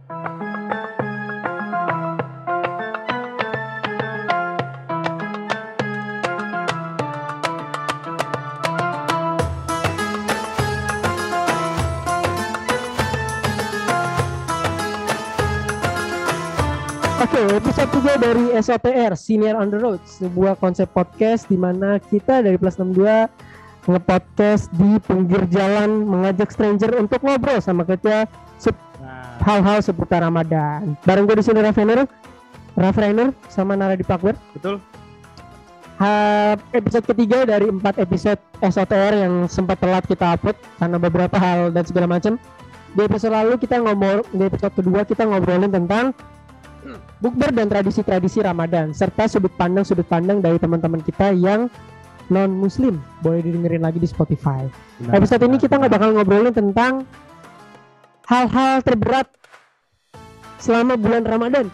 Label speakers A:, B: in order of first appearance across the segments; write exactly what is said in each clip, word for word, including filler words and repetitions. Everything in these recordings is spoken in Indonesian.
A: Oke, episode tiga dari S O T R, Senior on the Road, sebuah konsep podcast di mana kita dari Plus enam puluh dua nge-podcast di pinggir jalan, mengajak stranger untuk ngobrol sama kita sep-
B: Nah,
A: hal-hal seputar Ramadan. Bareng gue di sini Rafainer, Rafainer sama Nara di Pakwer.
B: betul.
A: Ha, episode ketiga dari empat episode S O T R yang sempat telat kita upload karena beberapa hal dan segala macam. Di episode lalu kita ngomong, di episode kedua kita ngobrolin tentang bukber dan tradisi-tradisi Ramadan serta sudut pandang-sudut pandang dari teman-teman kita yang non muslim. Boleh didengerin lagi di Spotify.
B: Benar,
A: Episode ini
B: benar,
A: kita nggak
B: benar.
A: bakal ngobrolin tentang hal-hal terberat selama bulan Ramadan.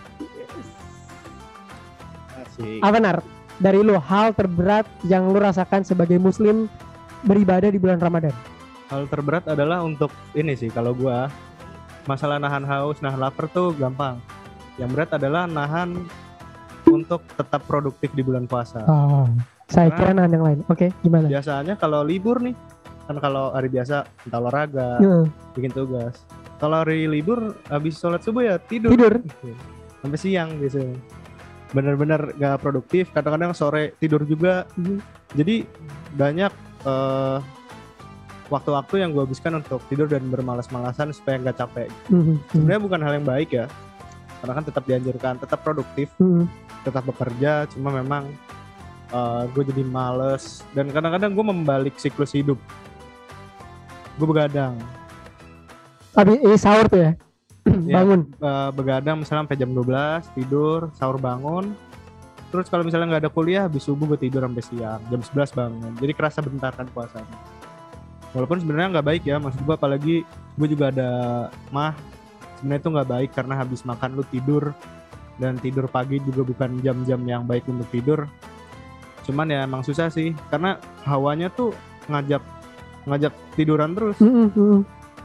B: Asik.
A: Apa Nar? Dari lu, hal terberat yang lu rasakan sebagai muslim beribadah di bulan Ramadan.
B: Hal terberat adalah untuk ini sih, kalau gua masalah nahan haus, nahan lapar tuh gampang. Yang berat adalah nahan untuk tetap produktif di bulan puasa.
A: Oh, saya
B: Karena-
A: kira nahan yang lain. Oke, gimana?
B: Biasanya kalau libur nih, kan kalau hari biasa entah olahraga,
A: Heeh.
B: bikin tugas. Kalau hari libur habis sholat subuh ya tidur.
A: Tidur.
B: Sampai siang biasanya. Bener-bener gak produktif. Kadang-kadang sore tidur juga.
A: Mhm.
B: Jadi banyak eh, waktu-waktu yang gue habiskan untuk tidur dan bermalas-malasan supaya nggak capek.
A: Mhm.
B: Sebenarnya bukan hal yang baik ya, karena kan tetap dianjurkan, tetap produktif,
A: Mhm.
B: tetap bekerja. Cuma memang gue jadi males dan kadang-kadang gue membalik siklus hidup. Gue begadang,
A: Habis ini sahur tuh ya.
B: Ya.
A: Bangun.
B: Eh, begadang misalnya sampai jam dua belas tidur, sahur bangun. Terus kalau misalnya nggak ada kuliah, habis subuh gue tidur sampai siang, jam sebelas bangun. Jadi kerasa bentar kan puasanya. Walaupun sebenarnya nggak baik ya, maksud gue apalagi gue juga ada mah. Sebenarnya itu nggak baik karena habis makan lu tidur, dan tidur pagi juga bukan jam-jam yang baik untuk tidur. Cuman ya emang susah sih, karena hawanya tuh ngajak ngajak tiduran terus.
A: Mhm, mhm.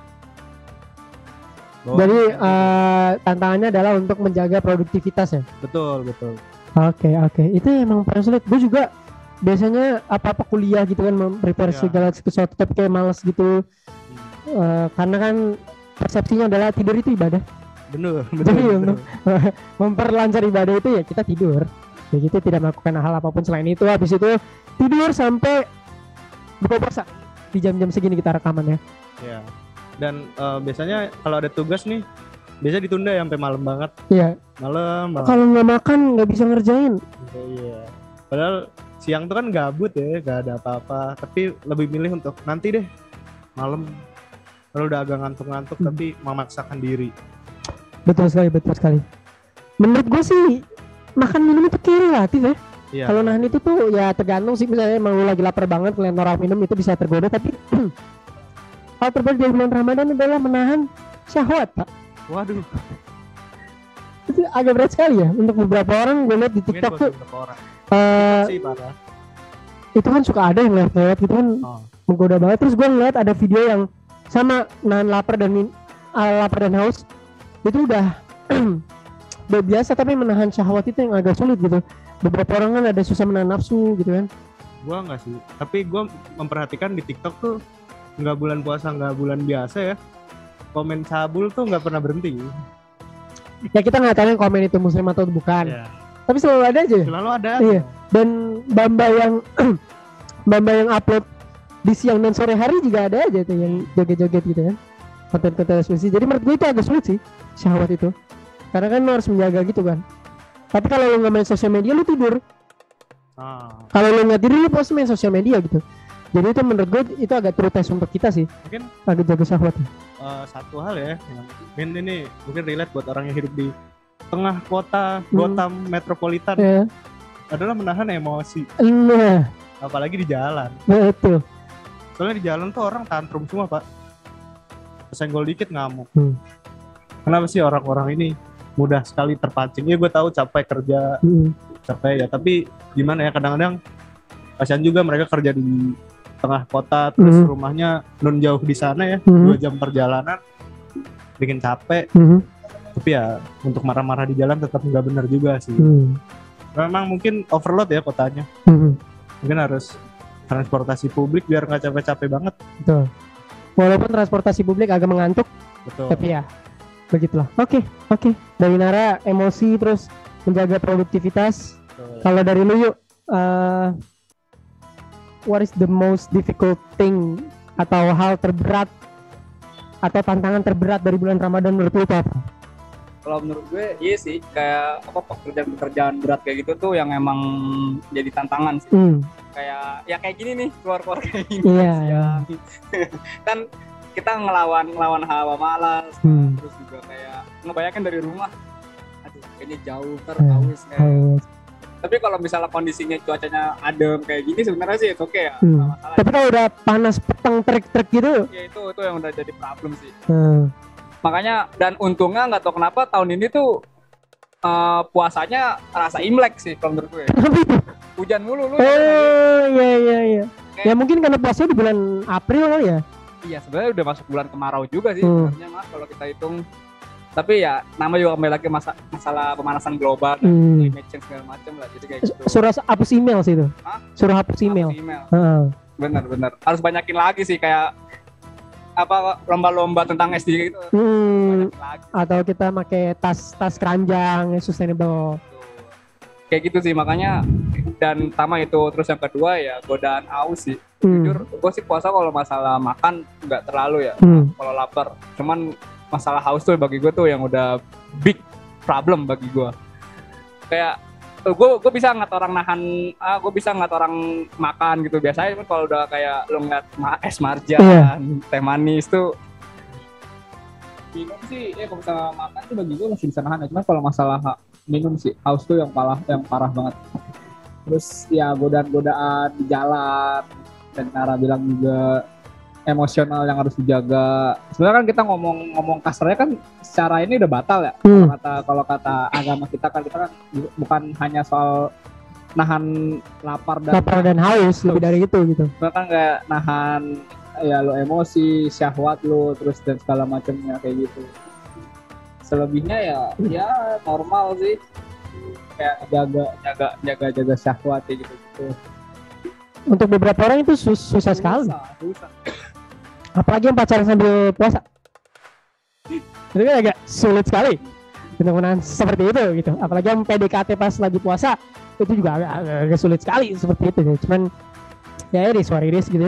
B: Bawaan
A: Jadi
B: gitu.
A: eh, tantangannya adalah untuk menjaga produktivitas ya.
B: betul betul.
A: Oke oke, itu emang paling sulit. Gue juga biasanya apa-apa kuliah gitu kan, prepare
B: Ya.
A: segala sesuatu tapi kayak males gitu. Eh, karena kan persepsinya adalah tidur itu ibadah.
B: Bener
A: Jadi
B: betul. betul.
A: untuk memperlancar ibadah itu ya kita tidur. Ya gitu, tidak melakukan hal apapun selain itu. Habis itu tidur sampai buka puasa di jam-jam segini kita rekaman ya.
B: Ya. Dan eh, biasanya kalau ada tugas nih, biasa ditunda ya sampai malam banget.
A: Iya.
B: Malam banget.
A: Kalau nggak makan nggak bisa ngerjain.
B: Iya. Padahal siang tuh kan gabut ya, gak ada apa-apa. Tapi lebih milih untuk nanti deh malam. Kalau udah agak ngantuk-ngantuk
A: Hmm.
B: tapi memaksakan diri.
A: Betul sekali, betul sekali. Menurut gue sih makan minum itu kayak relatif ya.
B: Iya.
A: Kalau nahan itu tuh ya tergantung sih, misalnya emang lu lagi lapar banget ngeliat orang minum itu bisa tergoda, tapi hal terberat di bulan Ramadan adalah menahan syahwat, Pak.
B: Waduh.
A: Itu agak berat sekali ya untuk beberapa orang. Gue lihat di
B: Mungkin
A: TikTok
B: buat
A: tuh
B: beberapa orang.
A: eh,
B: sih parah.
A: itu kan suka ada yang lewat-lewat gitu kan,
B: Oh.
A: menggoda banget. Terus gue ngeliat ada video yang sama nahan lapar dan min, ah, lapar dan haus itu udah udah biasa, tapi menahan syahwat itu yang agak sulit gitu. Beberapa orang kan ada susah menahan nafsu gitu kan.
B: Gua enggak sih. Tapi gua memperhatikan di TikTok tuh nggak bulan puasa, nggak bulan biasa ya. Komen cabul tuh nggak pernah berhenti.
A: Ya kita nggak tahu yang komen itu muslim atau bukan,
B: Ya.
A: tapi selalu ada aja.
B: Selalu ada.
A: Iya. Dan Bamba yang Bamba yang upload di siang dan sore hari juga ada aja tuh yang joget-joget gitu kan, konten-konten eksklusif. Jadi menurut gue itu agak sulit sih syahwat itu, karena kan lo harus menjaga gitu kan. Tapi kalau lo nggak main sosial media lu tidur,
B: Ah.
A: kalau lo nggak tidur lu pasti main sosial media gitu. Jadi itu menurut gue itu agak true test untuk kita sih,
B: Mungkin
A: agak jaga syahwat.
B: eh, satu hal ya yang mungkin ini mungkin relate buat orang yang hidup di tengah kota Gotham metropolitan
A: Ya,
B: adalah menahan emosi,
A: nah
B: apalagi di jalan.
A: betul.
B: Soalnya di jalan tuh orang tantrum semua, Pak. Senggol dikit ngamuk.
A: Hmm.
B: Kenapa sih orang-orang ini mudah sekali terpancing? Ya gue tahu capek kerja,
A: Hmm.
B: capek ya, tapi gimana ya, kadang-kadang kasihan juga mereka kerja di tengah kota, terus
A: Hmm.
B: rumahnya nun jauh di sana ya,
A: Hmm.
B: dua jam perjalanan, bikin capek.
A: Hmm.
B: Tapi ya untuk marah-marah di jalan tetap nggak benar juga sih.
A: Hmm.
B: Memang mungkin overload ya kotanya.
A: Hmm.
B: Mungkin harus transportasi publik biar nggak capek-capek banget.
A: Betul. Walaupun transportasi publik agak mengantuk,
B: Betul.
A: tapi ya begitulah. Oke, oke. Dari Nara emosi terus menjaga produktivitas.
B: Betul.
A: Kalau dari lu yuk, uh, what is the most difficult thing atau hal terberat atau tantangan terberat dari bulan Ramadan menurut lu itu apa?
C: Kalau menurut gue iya sih, kayak apa pekerjaan-pekerjaan berat kayak gitu tuh yang emang jadi tantangan sih.
A: Hmm.
C: Kayak ya kayak gini nih, keluar-keluar kayak gini.
A: Iya,
C: siang. Kan kita ngelawan ngelawan hawa malas,
A: Hmm.
C: terus juga kayak ngebayangin dari rumah. Aduh, kayaknya jauh ter
A: Hmm.
C: haus kayak.
A: Haus.
C: Tapi kalau misalnya kondisinya cuacanya adem kayak gini sebenarnya sih oke okay ya.
A: Hmm.
C: Nggak masalah.
A: Tapi kalau udah panas petang terik-terik gitu,
C: Ya itu itu yang udah jadi problem sih.
A: hmm.
C: Makanya dan untungnya nggak tahu kenapa tahun ini tuh uh, puasanya rasa Imlek sih kalau menurut gue.
A: Kenapa itu?
C: Hujan mulu lu.
A: Oh iya iya iya. Ya mungkin karena puasanya di bulan April kali ya.
C: Iya sebenarnya udah masuk bulan kemarau juga sih
A: Hmm.
C: sebenarnya mas kalau kita hitung. Tapi ya nama juga kembali lagi masa, masalah pemanasan global dan
A: Hmm.
C: climate change segala macam lah. Jadi kayak gitu.
A: Suruh hapus email sih itu.
C: Hah?
A: Suruh hapus email.
C: Hapus email.
A: Heeh.
C: Bener-bener. Harus banyakin lagi sih kayak apa lomba-lomba tentang S D gitu.
A: Hmm.
C: Banyakin lagi.
A: Atau kita pakai tas tas keranjang yang sustainable.
C: Kayak gitu sih makanya dan pertama itu terus yang kedua ya godaan aus sih.
A: Hmm.
C: Jujur gue sih puasa kalau masalah makan nggak terlalu ya.
A: Hmm.
C: Kalau lapar cuman masalah haus tuh bagi gue tuh yang udah big problem bagi gue. Kayak gue gue bisa ngeliat orang nahan, ah gue bisa ngeliat orang makan gitu biasanya. Cuman kalau udah kayak lo ngeliat ma- es marjan,
A: Iya.
C: teh manis tuh minum sih, ya kalau misalnya makan tuh bagi gue masih bisa nahan. Cuma kalau masalah ha- minum sih haus tuh yang parah, yang parah banget. Terus ya godaan-godaan di jalan dan Nara bilang juga emosional yang harus dijaga. Sebenarnya kan kita ngomong-ngomong kasarnya kan secara ini udah batal ya. Kalau
A: Hmm.
C: kata kalau kata agama kita kan kita kan bu- bukan hanya soal nahan lapar dan
A: Lapar dan haus lebih dari itu gitu.
C: bahkan kayak nahan ya lo emosi, syahwat lo terus dan segala macamnya kayak gitu. Selebihnya ya ya normal sih. Kayak jaga jaga jaga jaga syahwat kayak gitu-gitu.
A: Untuk beberapa orang itu sus- susah sekali.
C: Susah, susah.
A: Apalagi yang pacaran sambil puasa. Itu kan agak sulit sekali untuk menahan seperti itu gitu. Apalagi yang P D K T pas lagi puasa itu juga agak, agak, agak sulit sekali seperti itu. Gitu. Cuman ya ini sorry this gitu. Ya.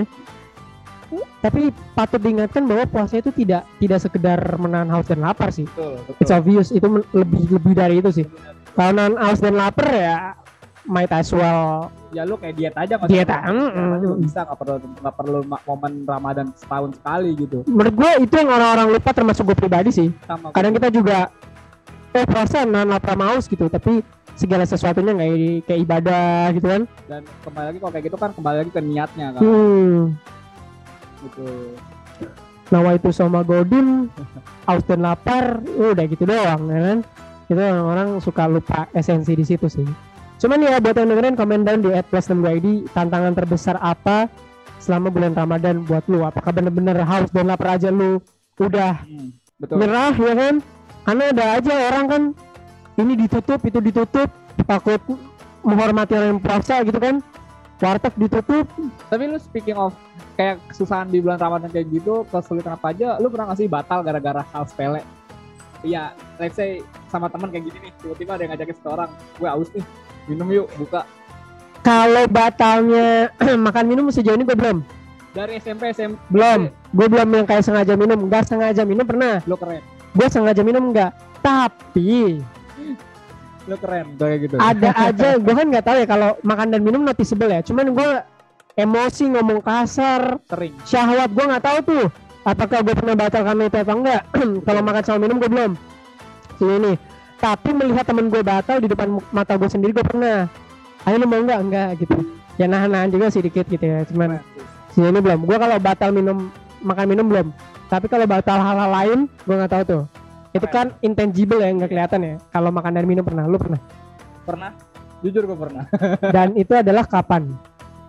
A: Tapi patut diingatkan bahwa puasa itu tidak tidak sekedar menahan haus dan lapar sih.
C: Betul, betul.
A: It's obvious itu men- lebih lebih dari itu sih. Kalau nahan haus dan lapar ya might as well
C: Ya lu kayak diet aja nggak
A: diet.
C: usah-
A: Mm,
C: diet aja
A: mm,
C: lu bisa nggak perlu nggak perlu ma- momen Ramadan setahun sekali gitu
A: Menurut gue itu yang orang-orang lupa termasuk gue pribadi sih.
C: sama
A: Kadang kita juga eh puasa nahan lapar sama haus gitu, tapi segala sesuatunya nggak kayak ibadah gitu kan.
C: dan kembali lagi kalau kayak gitu kan kembali lagi ke niatnya kan
A: Hmm.
C: gitu.
A: Nawa itu sama Godin, haus dan lapar, udah gitu doang, ya kan? Itu orang-orang suka lupa esensi di situ sih. Cuman ya buat yang dengerin komen down di at plus enam dua I D, tantangan terbesar apa selama bulan Ramadan buat lu? Apakah bener-bener haus dan lapar aja lu udah
C: Hmm, betul.
A: nyerah ya kan? Karena ada aja orang kan ini ditutup, itu ditutup, takut menghormati orang yang puasa gitu kan. Warteg ditutup.
C: Tapi lu speaking of kayak kesusahan di bulan Ramadan kayak gitu, kesulitan apa aja, lu pernah nggak sih batal gara-gara hal sepele? Iya, let's say sama teman kayak gini nih, tiba-tiba ada yang ngajakin seseorang, gue haus nih, minum yuk, buka.
A: Kalau batalnya makan minum sejauh ini gue belum.
C: Dari S M P, S M P,
A: Belum. Gue belum yang kayak sengaja minum. Enggak sengaja minum pernah.
C: lu keren,
A: Gue sengaja minum enggak. Tapi
C: lu keren, kayak gitu.
A: ada aja gue kan nggak tahu ya kalau makan dan minum noticeable ya. Cuman gue emosi ngomong kasar,
C: Sering.
A: syahwat gue nggak tahu tuh. Apakah gue pernah batal karena itu atau enggak? Kalau makan sama minum gue belum. Sini. Tapi melihat temen gue batal di depan mata gue sendiri gue pernah. Ayo lu mau enggak? Enggak gitu. Ya nahan-nahan juga sih dikit gitu ya. Cuman sini ini belum. Gue kalau batal minum makan minum belum. Tapi kalau batal hal-hal lain gue nggak tahu tuh. Itu kan intangible ya, nggak kelihatan ya. Kalau makan dan minum pernah, lu pernah.
C: Pernah? Jujur gue pernah.
A: Dan itu adalah kapan?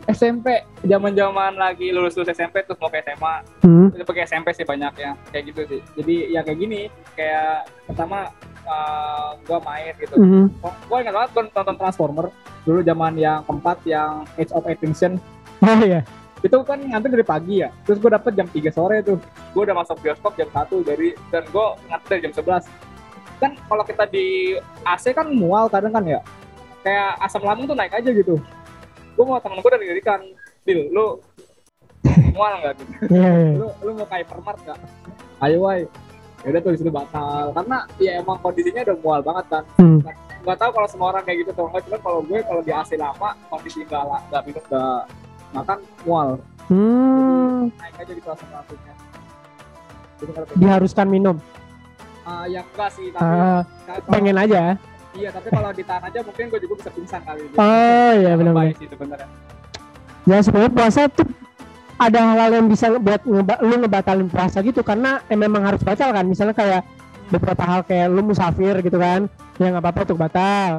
C: S M P, zaman-zaman lagi lulus-lulus S M P terus mau ke S M A.
A: Hmm.
C: Itu pakai S M P sih banyak ya, kayak gitu sih. Jadi ya kayak gini, kayak pertama uh, gua main gitu.
A: Hmm.
C: Gua ingat banget gua nonton Transformer dulu zaman yang keempat yang Age of Extinction.
A: Oh iya.
C: Itu kan nganter dari pagi ya. Terus gua dapet jam tiga sore tuh. Gua udah masuk bioskop jam satu dari dan gua nganter dari jam sebelas. Kan kalau kita di A C kan mual kadang kan ya. Kayak asam lambung tuh naik aja gitu. Gue mau temen gue udah didirikan, Bil, lu mual nggak gitu?
A: Iya, iya.
C: Lu lu mau kayak permart nggak? Ayo wai. Ya udah tuh disitu batal karena ya emang kondisinya udah mual banget kan.
A: Hmm.
C: Nggak tahu kalau semua orang kayak gitu atau enggak, cuman kalau gue kalau di A C lama kondisi nggak la- nggak minum nggak makan mual,
A: Hmm.
C: naik aja gitu asam lambungnya. Jadi kalau kayak
A: Diharuskan minum.
C: ah ya enggak sih, tapi
A: Ah,
C: kalau-
A: pengen aja.
C: iya tapi kalau ditahan aja mungkin gue juga bisa pingsan kali.
A: Oh iya benar-benar.
C: Baik sih sebenarnya.
A: Ya sebenarnya puasa tuh ada hal-hal yang bisa buat ngeba- lu ngebatalin puasa gitu karena eh, memang harus batal kan. Misalnya kayak beberapa hal kayak lu musafir gitu kan, ya nggak apa-apa untuk batal.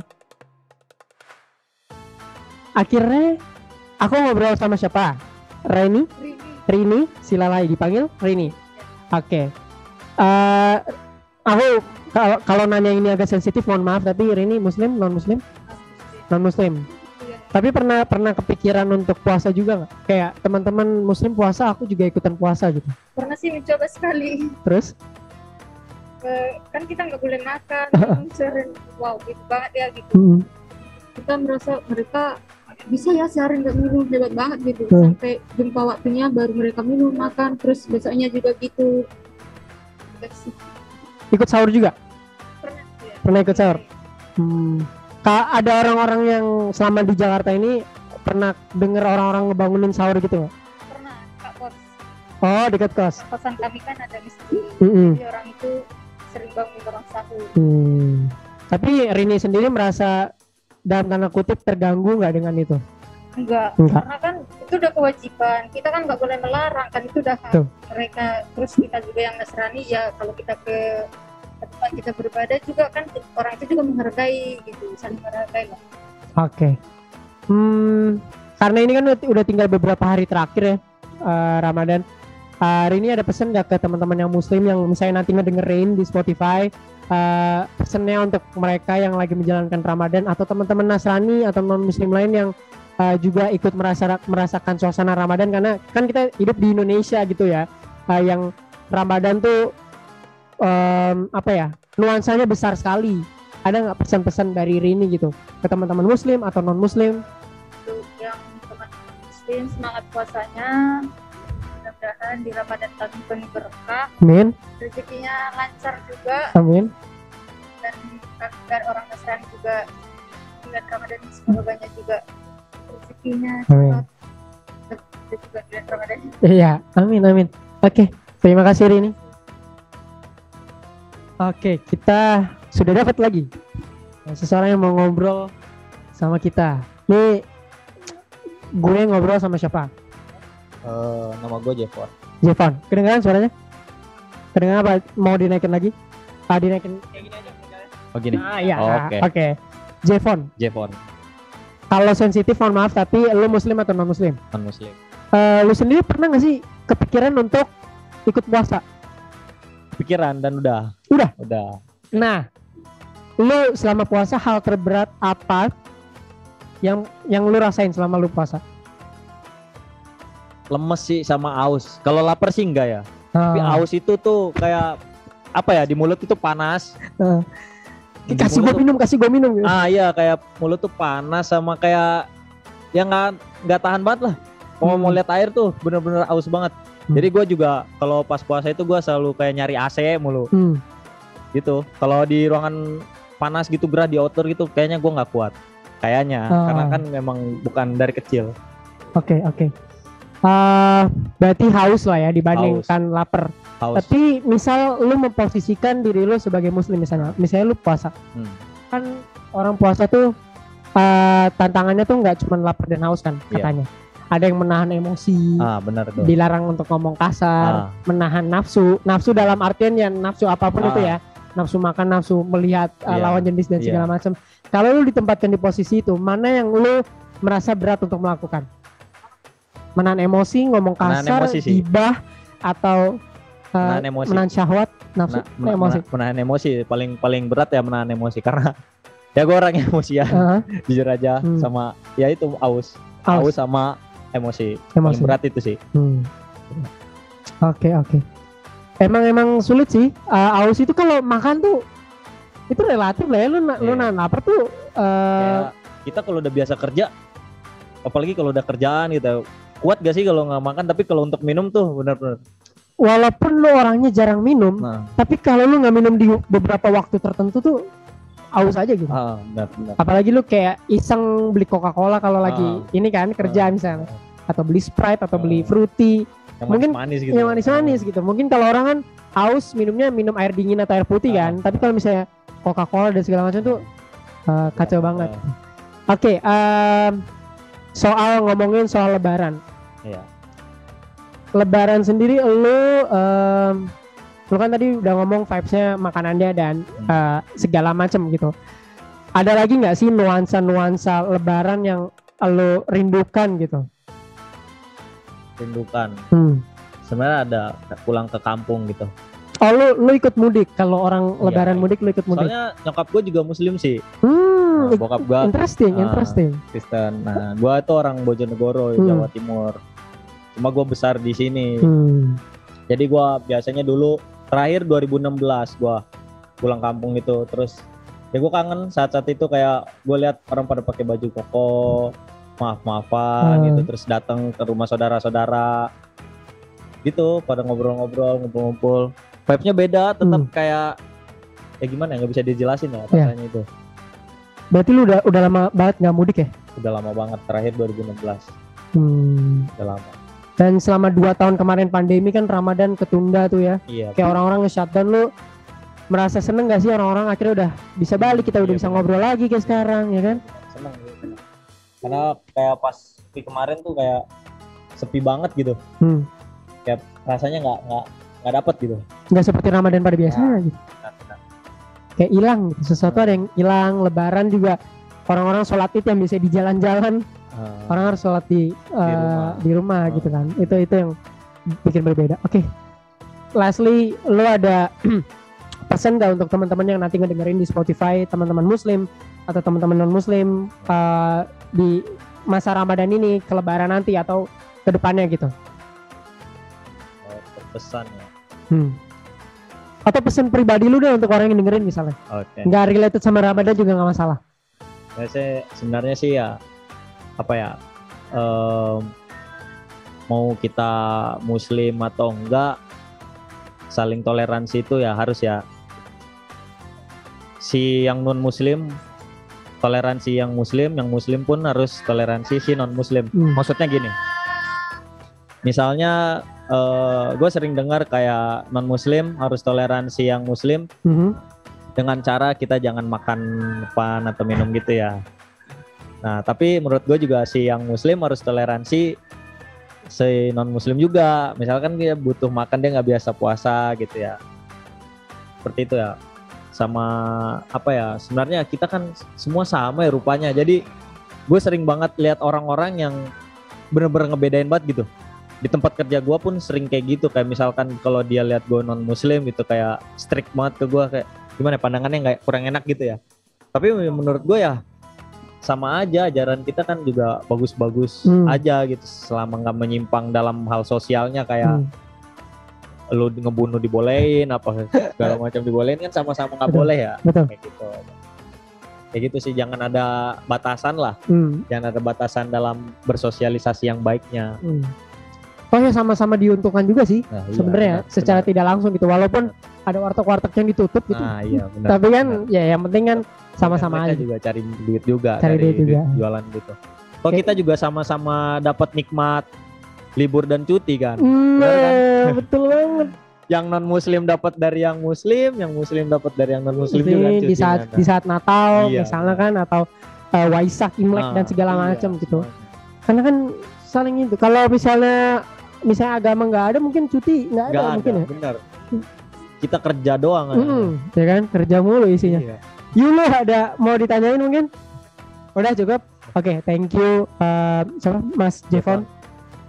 A: Akhirnya aku ngobrol sama siapa? Reni, Rini, Silalai dipanggil Rini. Oke. Eh, aku kalau kalau nanya ini agak sensitif, mohon maaf, tapi Rini Muslim, non Muslim, non Muslim. Tapi pernah pernah kepikiran untuk puasa juga nggak? Kayak teman-teman Muslim puasa, aku juga ikutan puasa gitu.
D: Pernah sih mencoba sekali.
A: Terus?
D: Eh, kan kita nggak boleh makan, minum seharian. Wow, gitu banget ya gitu.
A: Hmm.
D: Kita merasa mereka bisa ya sehari nggak minum, hebat banget gitu.
A: Hmm.
D: Sampai jumpa waktunya baru mereka minum, makan, terus besoknya juga gitu. Terus
A: Ikut sahur juga?
D: pernah ya.
A: Pernah ikut sahur? Hmm. Ka- ada orang-orang yang selama di Jakarta ini pernah denger orang-orang ngebangunin sahur gitu nggak?
D: Pernah, Kak Kos.
A: Oh, dekat kos.
D: Kosan kami kan ada masjid.
A: Mm-mm.
D: Jadi orang itu sering bangun orang sahur.
A: Hmm. Tapi Rini sendiri merasa dalam tanda kutip terganggu nggak dengan itu?
D: Enggak,
A: Enggak.
D: karena kan itu udah kewajiban. Kita kan nggak boleh melarang, kan itu udah hak
A: Betul.
D: mereka. Terus kita juga yang Nasrani ya, kalau kita ke ke tempat kita beribadah juga kan orang itu juga menghargai gitu, saling menghargai lah.
A: Oke. Hmm, karena ini kan udah, udah tinggal beberapa hari terakhir ya eh, Ramadan. Eh, hari ini ada pesan nggak ke teman-teman yang Muslim yang misalnya nanti ngedengerin di Spotify? Eh, pesannya untuk mereka yang lagi menjalankan Ramadan atau teman-teman Nasrani atau non Muslim lain yang eh, juga ikut merasa, merasakan suasana Ramadan, karena kan kita hidup di Indonesia gitu ya, eh, yang Ramadan tuh em, apa ya, nuansanya besar sekali. Ada nggak pesan-pesan dari Rini gitu ke teman-teman Muslim atau non Muslim?
D: Untuk yang teman-teman Muslim, semangat puasanya. Mudah-mudahan di Ramadan tahun penuh berkah,
A: Amin,
D: rezekinya lancar juga,
A: amin.
D: dan dan orang Nasrani juga bulan Ramadan ini semoga banyak juga rezekinya
A: Amin.
D: cepat. Dan juga bulan Ramadan ini.
A: Iya, amin, amin. Oke, terima kasih Rini. Oke, kita sudah dapat lagi seseorang yang mau ngobrol sama kita. Nih, gue ngobrol sama siapa?
E: Eh, nama gue Jevon.
A: Jevon. Kedengaran suaranya? Kedengaran apa? Mau dinaikin lagi? Ah, dinaikin kayak gini aja.
E: Oh gini.
A: Ah, iya.
E: Oh,
A: Oke.
E: Oke.
A: Jevon.
E: Jevon,
A: Kalau sensitif mohon maaf, tapi lu Muslim atau non Muslim?
E: non Muslim.
A: Eh, lu sendiri pernah nggak sih kepikiran untuk ikut puasa?
E: Pikiran dan udah.
A: Udah?
E: Udah.
A: Nah, lu selama puasa hal terberat apa yang yang lu rasain selama lu puasa?
E: Lemes sih sama aus. Kalau lapar sih enggak ya. Tapi
A: Ah,
E: aus itu tuh kayak apa ya, di mulut itu panas.
A: ah.
E: Di
A: kasih
E: mulut
A: gue
E: tuh-
A: minum, kasih gue minum. Gitu.
E: Ah iya, kayak mulut tuh panas sama kayak ya nggak nggak tahan banget lah. Kalau mau
A: Hmm.
E: lihat air tuh bener-bener aus banget.
A: Hmm.
E: Jadi gue juga kalau pas puasa itu gue selalu kayak nyari A C mulu
A: Hmm.
E: gitu. Kalau di ruangan panas gitu, gerah di outdoor gitu, kayaknya gue nggak kuat. Kayaknya
A: Ah.
E: karena kan memang bukan dari kecil.
A: Oke, oke. Ah, berarti haus lah ya dibandingkan lapar.
E: Haus.
A: Tapi misal lu memposisikan diri lu sebagai muslim misalnya, misalnya lu puasa,
E: Hmm.
A: kan orang puasa tuh ah, tantangannya tuh nggak cuma lapar dan haus kan
E: Iya.
A: katanya. Ada yang menahan emosi,
E: Ah benar tuh.
A: dilarang untuk ngomong kasar,
E: Ah.
A: menahan nafsu, nafsu dalam artian ya nafsu apapun
E: Ah.
A: itu ya, nafsu makan, nafsu melihat uh,
E: Iya,
A: lawan jenis dan
E: iya.
A: segala macam. Kalau lu ditempatkan di posisi itu, mana yang lu merasa berat untuk melakukan? menahan emosi, ngomong
E: Menahan
A: kasar,
E: emosi sih.
A: gibah atau uh,
E: Menahan emosi.
A: menahan syahwat, nafsu,
E: Mena- mena-
A: emosi.
E: mena- menahan emosi paling paling berat ya menahan emosi karena ya gue orang emosian
A: Uh,
E: jujur aja
A: Hmm.
E: sama ya itu aus
A: aus.
E: aus sama emosi.
A: Emosi.
E: Paling berat itu sih.
A: Hmm. Oke oke. Emang emang sulit sih. Uh, aus itu kalau makan tuh itu relatif lah ya. Lu na- lu
E: Iya.
A: nahan lapar tuh. Uh,
E: Kayak kita kalau udah biasa kerja, apalagi kalau udah kerjaan gitu, kuat gak sih kalau nggak makan? Tapi kalau untuk minum tuh benar-benar.
A: walaupun lu orangnya jarang minum,
E: Nah,
A: tapi kalau lu nggak minum di beberapa waktu tertentu tuh aus aja gitu.
E: ah, benar-benar.
A: Apalagi lu kayak iseng beli Coca-Cola kalau lagi
E: Ah.
A: ini kan kerja
E: Ah.
A: misalnya, atau beli Sprite atau beli
E: Ah.
A: fruity
E: Yang
A: mungkin
E: manis gitu.
A: yang manis-manis gitu. Mungkin kalau orang kan aus minumnya minum air dingin atau air putih
E: Ah.
A: kan, tapi kalau misalnya Coca-Cola dan segala macam tuh uh, kacau banget.
E: Ah,
A: Oke, em, soal ngomongin soal Lebaran.
E: Iya.
A: Lebaran sendiri lu em, lu kan tadi udah ngomong vibes-nya makanannya dan
E: Hmm.
A: eh, segala macam gitu. Ada lagi nggak sih nuansa-nuansa Lebaran yang lu rindukan gitu?
E: Rindukan.
A: Hmm.
E: Sebenarnya ada pulang ke kampung gitu.
A: Oh lu lu ikut mudik, kalau orang
E: Iya.
A: Lebaran mudik lu ikut mudik.
E: Soalnya nyokap gue juga muslim sih.
A: Hmm,
E: Nah, bokap gue
A: interesting,
E: Ah.
A: interesting.
E: Kristen. Nah, gue tuh orang Bojonegoro,
A: Hmm.
E: Jawa Timur. Cuma gue besar di sini.
A: Hmm.
E: Jadi gue biasanya dulu terakhir dua ribu enam belas gue pulang kampung gitu. Terus ya gue kangen saat-saat itu kayak gue lihat orang pada pakai baju koko, maaf-maafan
A: Hmm.
E: gitu. Terus datang ke rumah saudara-saudara gitu, pada ngobrol-ngobrol, ngumpul-ngumpul. Vibe-nya beda, tetap
A: Hmm.
E: kayak ya gimana ya, nggak bisa dijelasin ya
A: Iya.
E: rasanya itu.
A: Berarti lu udah udah lama banget nggak mudik ya?
E: Udah lama banget, terakhir dua ribu enam belas.
A: Hmm.
E: Udah lama.
A: Dan selama dua tahun kemarin pandemi kan Ramadan ketunda tuh ya.
E: Iya.
A: Kayak orang-orang nge-shutdown, lu merasa seneng gak sih orang-orang akhirnya udah bisa balik, kita udah
E: Iya,
A: bisa
E: benar.
A: ngobrol lagi kayak sekarang ya kan?
E: Seneng gitu, seneng. Karena kayak pas sepi kemarin tuh kayak sepi banget gitu.
A: Hmm.
E: Kayak rasanya nggak nggak nggak dapet gitu.
A: Nggak seperti Ramadan pada biasanya gitu.
E: Benar-benar.
A: Kayak hilang gitu. Sesuatu ada yang hilang. Lebaran juga orang-orang sholat id yang bisa di jalan-jalan,
E: Ah,
A: orang harus sholat di uh,
E: rumah.
A: di rumah
E: Ah.
A: gitu kan. Itu itu yang bikin berbeda. Oke. Lastly, lo ada pesan gak untuk teman-teman yang nanti ngedengerin di Spotify, teman-teman Muslim atau teman-teman non Muslim uh, di masa Ramadan ini, ke Lebaran nanti atau ke depannya gitu?
E: oh, berpesan ya.
A: Hmm. Atau pesan pribadi lu deh untuk orang yang dengerin misalnya,
E: Oke.
A: nggak related sama Ramadan juga nggak masalah.
E: Ya, saya sebenarnya sih ya apa ya, em, mau kita Muslim atau enggak, saling toleransi itu ya harus ya. Si yang non Muslim toleransi yang Muslim, yang Muslim pun harus toleransi si non Muslim.
A: Hmm.
E: Maksudnya gini, misalnya gue sering dengar kayak non Muslim harus toleransi yang Muslim
A: Mhm.
E: dengan cara kita jangan makan pan atau minum gitu ya. Nah, tapi menurut gue juga si yang Muslim harus toleransi si non Muslim juga. Misalkan dia butuh makan, dia nggak biasa puasa gitu ya. Seperti itu ya. Sama apa ya? Sebenarnya kita kan semua sama ya rupanya. Jadi gue sering banget lihat orang-orang yang bener-bener ngebedain banget gitu. Di tempat kerja gue pun sering kayak gitu. Kayak misalkan kalau dia lihat gue non Muslim gitu kayak strict banget ke gue, kayak gimana pandangannya nggak kurang enak gitu ya. Tapi menurut gue ya sama aja, ajaran kita kan juga bagus-bagus
A: Hmm.
E: aja gitu selama nggak menyimpang dalam hal sosialnya kayak
A: Hmm.
E: lu ngebunuh dibolehin apa segala macam dibolehin kan sama-sama nggak
A: Betul.
E: boleh ya,
A: Betul.
E: kayak gitu kayak gitu sih. Jangan ada batasan lah,
A: Hmm.
E: jangan ada batasan dalam bersosialisasi yang baiknya.
A: Hmm. Oh ya, sama-sama diuntungkan juga sih
E: Nah, iya,
A: sebenarnya
E: benar,
A: secara
E: benar.
A: tidak langsung gitu, walaupun ada warteg-warteg yang ditutup gitu.
E: Nah iya benar,
A: Tapi kan
E: benar.
A: ya yang penting kan sama-sama
E: Mereka
A: aja.
E: juga cari duit juga,
A: Cari duit juga.
E: jualan gitu. Kok
A: Oke.
E: kita juga sama-sama dapat nikmat libur dan cuti kan.
A: Hmm,
E: Benar kan?
A: betul banget.
E: Yang non Muslim dapat dari yang Muslim, yang Muslim dapat dari yang non Muslim juga.
A: Ini di saat di saat Natal
E: Iya.
A: misalnya kan, atau uh, Waisak, Imlek dan segala macam gitu. Karena kan saling itu. Kalau misalnya misalnya agama nggak ada, mungkin cuti nggak ada
E: Gak ada,
A: mungkin ya.
E: benar. Kita kerja doang. kan.
A: Mm-mm, ya kan, kerja mulu isinya.
E: Iya.
A: Yulo ada mau ditanyain mungkin? Udah cukup. Oke, thank you uh, siapa? Mas Jevon.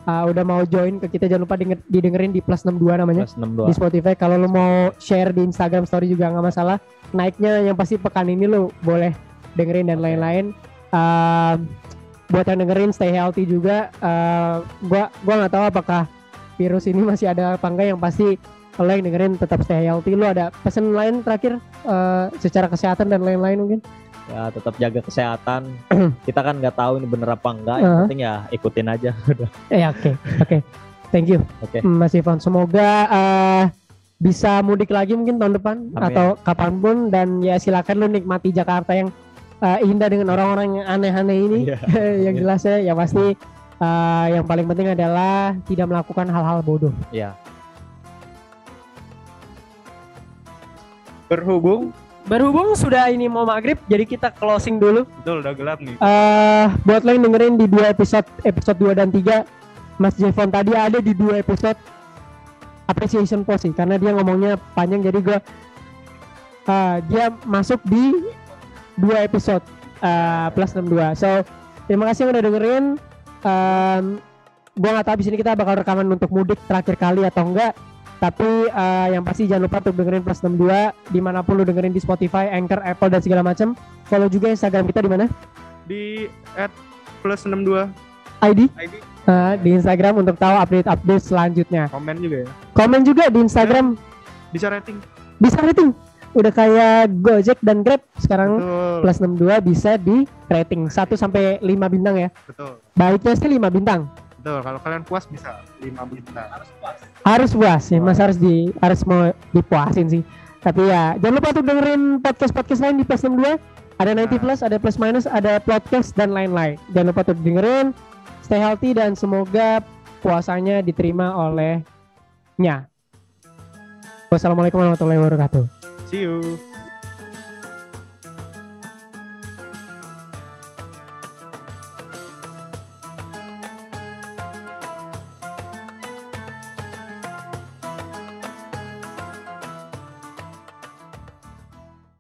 A: uh, udah mau join ke kita. Jangan lupa denger, didengerin di plus enam dua namanya
E: Plus enam dua.
A: di Spotify. Kalau lu mau share di Instagram story juga nggak masalah. Naiknya yang pasti pekan ini lu boleh dengerin dan lain-lain. Uh, buat yang dengerin stay healthy juga. Uh, gua gua nggak tahu apakah virus ini masih ada apa enggak. Yang pasti kalau yang dengerin tetap stay healthy. Lu ada pesan lain terakhir uh, secara kesehatan dan lain-lain mungkin?
E: Ya tetap jaga kesehatan. Kita kan nggak tahu ini bener apa enggak. Yang
A: Uh-huh.
E: penting ya ikutin aja.
A: Eh oke oke. Thank you.
E: Oke.
A: Mas Ivan, semoga uh, bisa mudik lagi mungkin tahun depan
E: Amin.
A: atau kapanpun, dan ya silakan lu nikmati Jakarta yang uh, indah dengan orang-orang yang aneh-aneh ini.
E: Iya.
A: Yang jelas ya, ya pasti uh, yang paling penting adalah tidak melakukan hal-hal bodoh.
E: Ya.
B: Berhubung
A: Berhubung sudah ini mau maghrib, jadi kita closing dulu.
B: betul udah gelap nih.
A: Uh, buat lo yang dengerin di dua episode, episode dua dan tiga, Mas Jevon tadi ada di dua episode appreciation post sih, karena dia ngomongnya panjang, jadi gue uh, dia masuk di dua episode uh, plus enam dua. So terima kasih yang udah dengerin. Um, gue nggak tahu abis ini kita bakal rekaman untuk mudik terakhir kali atau enggak, tapi uh, yang pasti jangan lupa untuk dengerin plus enam dua dimanapun lu dengerin, di Spotify, Anchor, Apple dan segala macam. Follow juga Instagram kita di mana?
B: Di at plus enam dua
A: I D
B: I D,
A: uh, di Instagram untuk tahu update-update selanjutnya.
B: komen juga ya.
A: Komen juga di Instagram,
B: Bisa rating.
A: bisa rating. Udah kayak Gojek dan Grab sekarang.
B: Betul.
A: Plus enam dua bisa di rating satu sampai lima bintang ya.
B: Betul.
A: Baiknya sih lima bintang.
B: Betul. Kalau kalian puas bisa lima bintang.
A: Harus puas ya, Mas, harus di harus mau dipuasin sih. Tapi ya jangan lupa untuk dengerin podcast-podcast lain di plus enam dua. Ada sembilan puluh plus, ada plus minus, ada podcast dan lain-lain. Jangan lupa untuk dengerin. Stay healthy dan semoga puasanya diterima olehnya. Wassalamualaikum warahmatullahi wabarakatuh.
B: See you.